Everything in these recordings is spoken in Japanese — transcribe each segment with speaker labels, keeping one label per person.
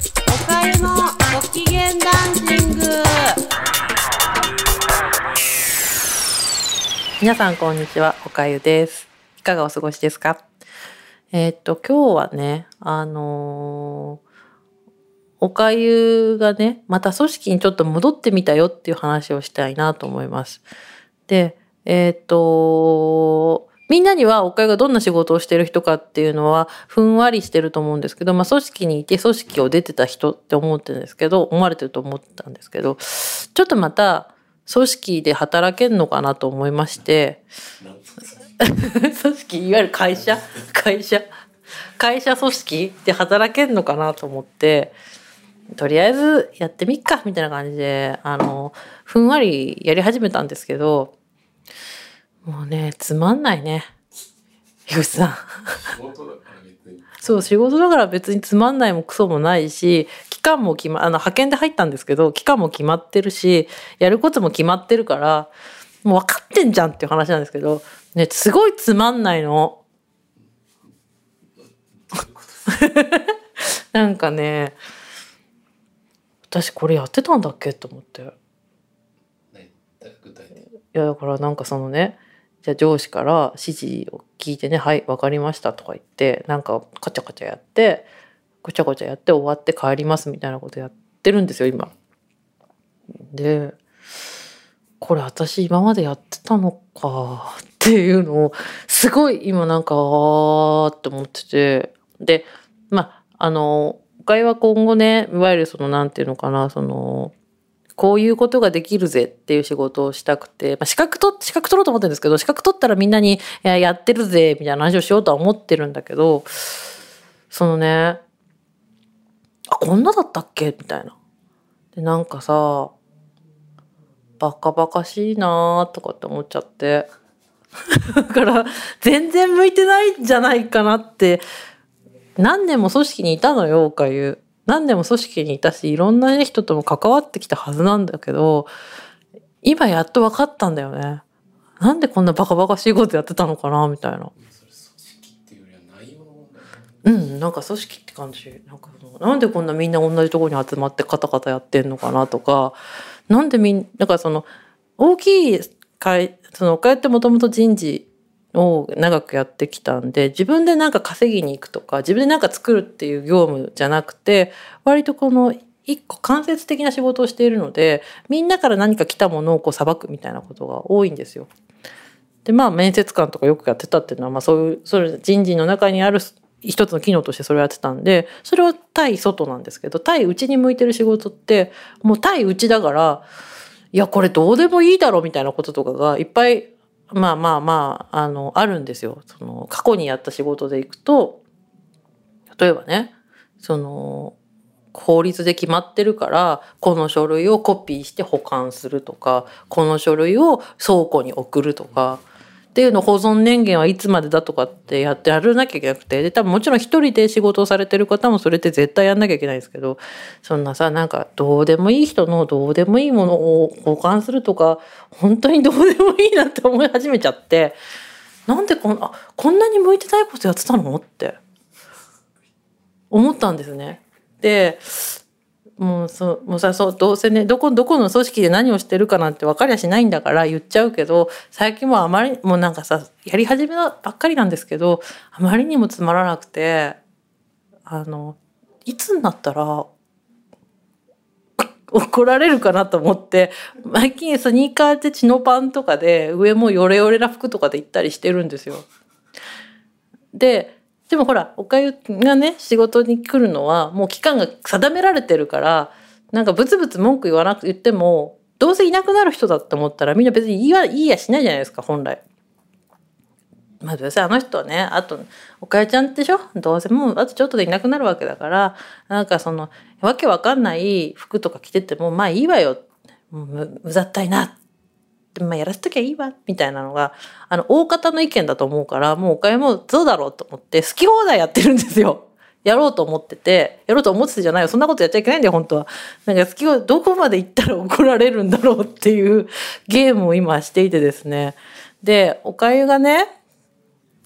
Speaker 1: おかゆのご機嫌ダンシング。皆さんこんにちは、おかゆです。いかがお過ごしですか？今日はね、おかゆがね、また組織にちょっと戻ってみたよっていう話をしたいなと思います。で、みんなにはおかゆがどんな仕事をしてる人かっていうのはふんわりしてると思うんですけど、組織にいて組織を出てた人って思われてると思ったんですけど、ちょっとまた組織で働けんのかなと思いまして、組織、いわゆる会社組織で働けんのかなと思って、とりあえずやってみっかみたいな感じでふんわりやり始めたんですけど、もうねつまんないね、樋口さん。そう、仕事だから別につまんないもクソもないし、期間も派遣で入ったんですけど、期間も決まってるし、やることも決まってるから、もう分かってんじゃんっていう話なんですけど、ね、すごいつまんないの。なんかね、私これやってたんだっけと思って。いやだからなんかそのね、じゃあ上司から指示を聞いてね、はい分かりましたとか言って、なんかカチャカチャやってごちゃごちゃやって終わって帰りますみたいなことやってるんですよ今。で、これ私今までやってたのかっていうのをすごい今なんかって思ってて、で会話今後ね、いわゆるそのなんていうのかな、そのこういうことができるぜっていう仕事をしたくて、資格取ろうと思ってるんですけど、資格取ったらみんなにやってるぜみたいな話をしようとは思ってるんだけど、そのね、こんなだったっけみたいな。でなんかさ、バカバカしいなとかって思っちゃって、だから全然向いてないんじゃないかなって。何年も組織にいたのよ、おかゆ。何年も組織にいたし、いろんな人とも関わってきたはずなんだけど、今やっと分かったんだよね。なんでこんなバカバカしいことやってたのかなみたいな。なんか組織って感じ。なんでこんなみんな同じところに集まってカタカタやってんのかなとか、なんでだからその大きいそのおかゆってもともと人事を長くやってきたんで、自分でなんか稼ぎに行くとか自分でなんか作るっていう業務じゃなくて、割とこの一個間接的な仕事をしているので、みんなから何か来たものをこう裁くみたいなことが多いんですよ。で面接官とかよくやってたっていうのは、それ人事の中にある一つの機能としてそれをやってたんで、それは対外なんですけど、対内に向いてる仕事ってもう対内だから、いやこれどうでもいいだろみたいなこととかがいっぱいあるんですよ。その過去にやった仕事でいくと、例えばね、その法律で決まってるからこの書類をコピーして保管するとか、この書類を倉庫に送るとかっていうの、保存年限はいつまでだとかってやらなきゃいけなくて、で多分もちろん一人で仕事をされてる方もそれって絶対やんなきゃいけないんですけど、そんなさ、なんかどうでもいい人のどうでもいいものを保管するとか、本当にどうでもいいなって思い始めちゃって、なんでこんなに向いてないことやってたのって思ったんですね。でもうどうせね、どこの組織で何をしてるかなんて分かりゃしないんだから言っちゃうけど、最近もあまりもうなんかさ、やり始めばっかりなんですけど、あまりにもつまらなくて、いつになったら怒られるかなと思って、最近スニーカーでチノパンとかで上もヨレヨレな服とかで行ったりしてるんですよ。でもほら、おかゆがね仕事に来るのはもう期間が定められてるから、なんかブツブツ文句言ってもどうせいなくなる人だって思ったらみんな別にいいやしないじゃないですか本来。どうせあの人はね、あとおかゆちゃんでしょ、どうせもうあとちょっとでいなくなるわけだから、なんかそのわけわかんない服とか着ててもまあいいわよ、もううざったいな、やらせときゃいいわみたいなのが大方の意見だと思うから、もうおかゆもそうだろうと思って好き放題やってるんですよ。やろうと思っててじゃないよ、そんなことやっちゃいけないんだよ本当は。なんかどこまで行ったら怒られるんだろうっていうゲームを今していてですね。でおかゆがね、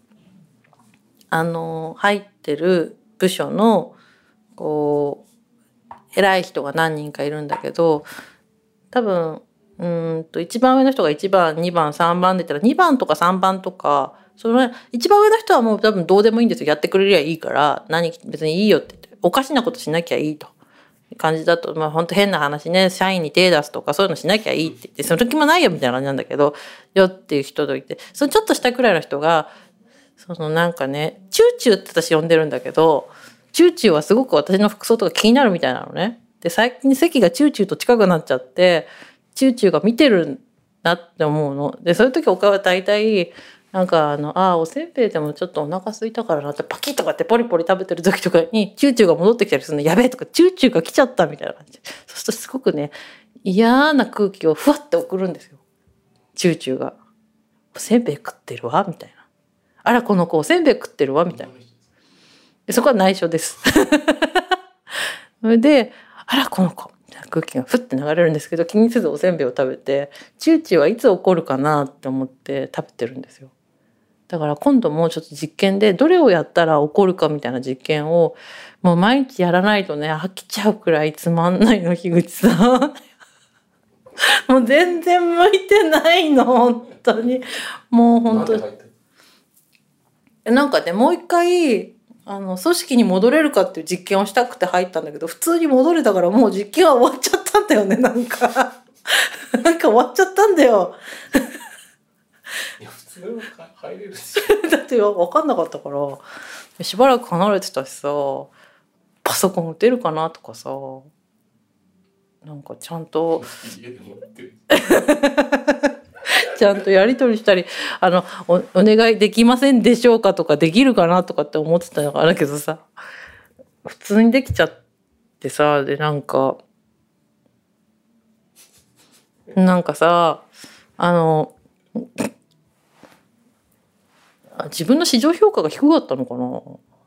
Speaker 1: 入ってる部署のこ偉い人が何人かいるんだけど、多分一番上の人が1番2番3番で言ったら2番とか3番とか、その一番上の人はもう多分どうでもいいんですよ。やってくれりゃいいから別にいいよって言って、おかしなことしなきゃいいと感じだと、まあ本当変な話ね、社員に手出すとかそういうのしなきゃいいって言って、その時もないよみたいな感じなんだけど、よっていう人といて、そのちょっと下くらいの人が、そのなんかね、チューチューって私呼んでるんだけど、チューチューはすごく私の服装とか気になるみたいなのね。で、最近席がチューチューと近くなっちゃって、チューチューが見てるなって思うの。で、そういう時お母は大体、なんかおせんべいでもちょっとお腹空いたからなってパキッとかってポリポリ食べてる時とかにチューチューが戻ってきたりするの、やべえとか、チューチューが来ちゃったみたいな感じ。そうするとすごくね、嫌な空気をふわって送るんですよ。チューチューが。おせんべい食ってるわみたいな。あら、この子おせんべい食ってるわみたいな。でそこは内緒です。それで、あら、この子。空気がふって流れるんですけど、気にせずおせんべいを食べて、チューチューはいつ起こるかなって思って食べてるんですよ。だから今度もちょっと実験でどれをやったら起こるかみたいな実験をもう毎日やらないとね、飽きちゃうくらいつまんないの、樋口さん。もう全然向いてないの、本当に。もう本当に。なんかね、もう一回組織に戻れるかっていう実験をしたくて入ったんだけど、普通に戻れたからもう実験は終わっちゃったんだよね、なんか。なんか終わっちゃったんだよ。
Speaker 2: いや普通は入れるし。
Speaker 1: だって分かんなかったから、しばらく離れてたしさ、パソコン打てるかなとかさ、なんかちゃんと
Speaker 2: 家で持ってる。
Speaker 1: ちゃんとやり取りしたり、お願いできませんでしょうかとかできるかなとかって思ってたのがあるけどさ、普通にできちゃってさ、でなんかさ、自分の市場評価が低かったのかな。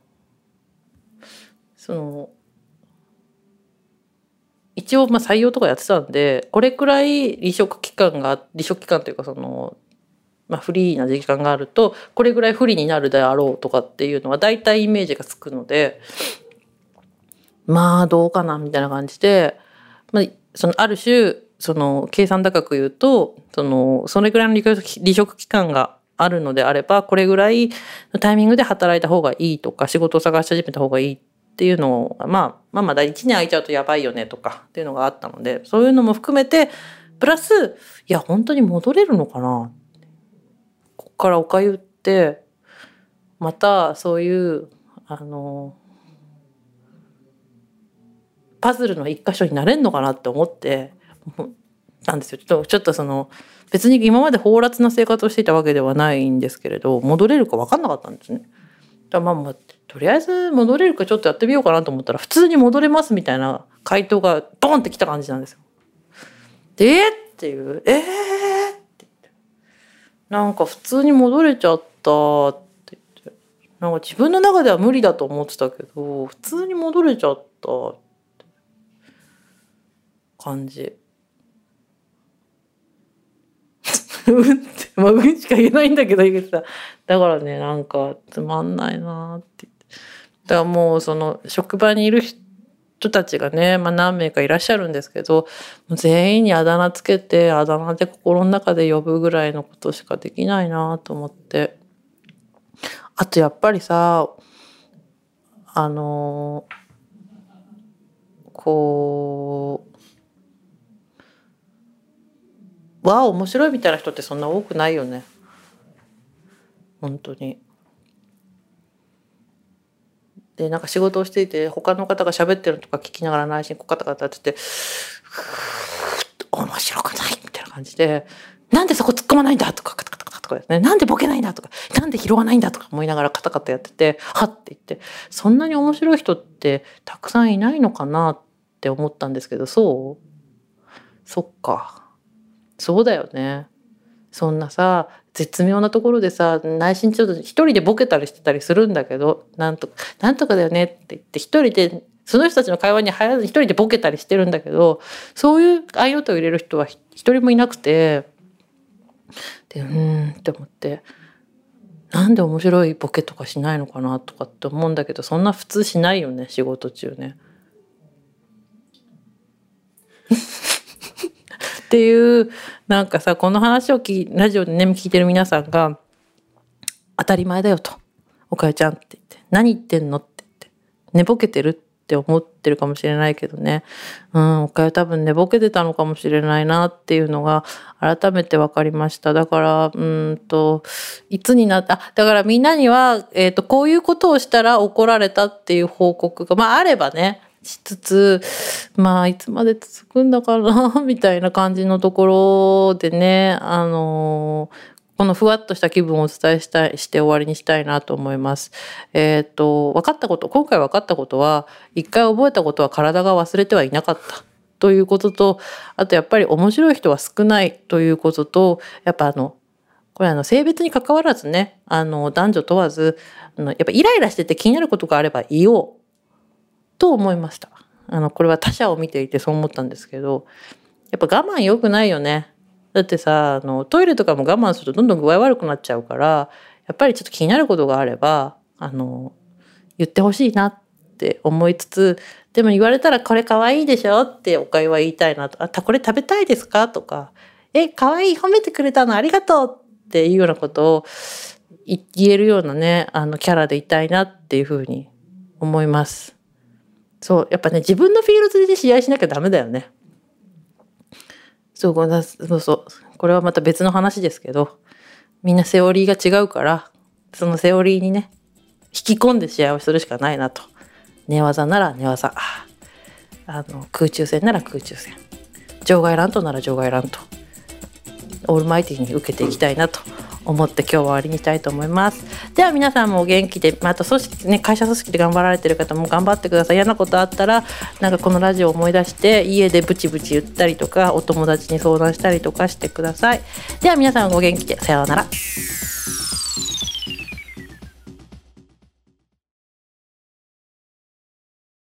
Speaker 1: 一応採用とかやってたんで、これくらい離職期間というかフリーな時間があるとこれぐらい不利になるであろうとかっていうのは大体イメージがつくので、まあどうかなみたいな感じで、ある種計算高く言うとそれぐらいの離職期間があるのであれば、これぐらいのタイミングで働いた方がいいとか、仕事を探し始めた方がいいっていうのをまあ1年空いちゃうとやばいよねとかっていうのがあったので、そういうのも含めてプラス、いや本当に戻れるのかな、ここからおかゆってまたそういうパズルの一箇所になれんのかなって思ってたんですよ。ちょっと別に今まで放埓な生活をしていたわけではないんですけれど、戻れるか分かんなかったんですね。だからとりあえず戻れるかちょっとやってみようかなと思ったら、普通に戻れますみたいな回答がボンってきた感じなんですよ。でっていうって言って、なんか普通に戻れちゃったって言って、なんか自分の中では無理だと思ってたけど普通に戻れちゃったって感じ。うんって、うんしか言えないんだけど、井口さん。だからね、なんかつまんないなって言って。だからもう職場にいる人たちがね、何名かいらっしゃるんですけど、全員にあだ名つけて、あだ名で心の中で呼ぶぐらいのことしかできないなと思って。あとやっぱりさ、面白いみたいな人ってそんな多くないよね。本当に。でなんか仕事をしていて他の方が喋ってるのとか聞きながら内心こうカタカタって言って面白くないみたいな感じで、なんでそこ突っ込まないんだとかカタカタカタとかですね、なんでボケないんだとか、なんで拾わないんだとか思いながらカタカタやってて、はって言って、そんなに面白い人ってたくさんいないのかなって思ったんですけど、そっか、そうだよね。そんなさ絶妙なところでさ、内心ちょっと一人でボケたりしてたりするんだけど、なんとかだよねって言って一人でその人たちの会話に入らずに一人でボケたりしてるんだけど、そういう合いの手を入れる人は一人もいなくて、でって思って、なんで面白いボケとかしないのかなとかって思うんだけど、そんな普通しないよね、仕事中ね。 っていうなんかさ、この話をラジオでね聞いてる皆さんが当たり前だよと、おかゆちゃんって言って何言ってんのって言って寝ぼけてるって思ってるかもしれないけどね、おかゆ多分寝ぼけてたのかもしれないなっていうのが改めて分かりました。だからいつになっただからみんなには、こういうことをしたら怒られたっていう報告があればねしつつ、いつまで続くんだかなみたいな感じのところでね、このふわっとした気分をお伝えして終わりにしたいなと思います。今回分かったことは、一回覚えたことは体が忘れてはいなかったということと、あとやっぱり面白い人は少ないということと、やっぱこれ性別に関わらずね、男女問わず、やっぱイライラしてて気になることがあれば言おうと思いました。これは他者を見ていてそう思ったんですけど、やっぱ我慢良くないよね。だってさ、トイレとかも我慢するとどんどん具合悪くなっちゃうから、やっぱりちょっと気になることがあれば言ってほしいなって思いつつ、でも言われたらこれ可愛いでしょっておかゆは言いたいなと、これ食べたいですかとか、可愛い褒めてくれたのありがとうっていうようなことを言えるようなねキャラでいたいなっていうふうに思います。そうやっぱね、自分のフィールドで試合しなきゃダメだよね。そうこれはまた別の話ですけど、みんなセオリーが違うから、そのセオリーにね引き込んで試合をするしかないなと。寝技なら寝技、空中戦なら空中戦、場外乱闘なら場外乱闘、オールマイティに受けていきたいなと思って今日は終わりにしたいと思います。では皆さんもお元気で、また組織ね、会社組織で頑張られてる方も頑張ってください。嫌なことあったらなんかこのラジオを思い出して家でブチブチ言ったりとか、お友達に相談したりとかしてください。では皆さんお元気で、さようなら。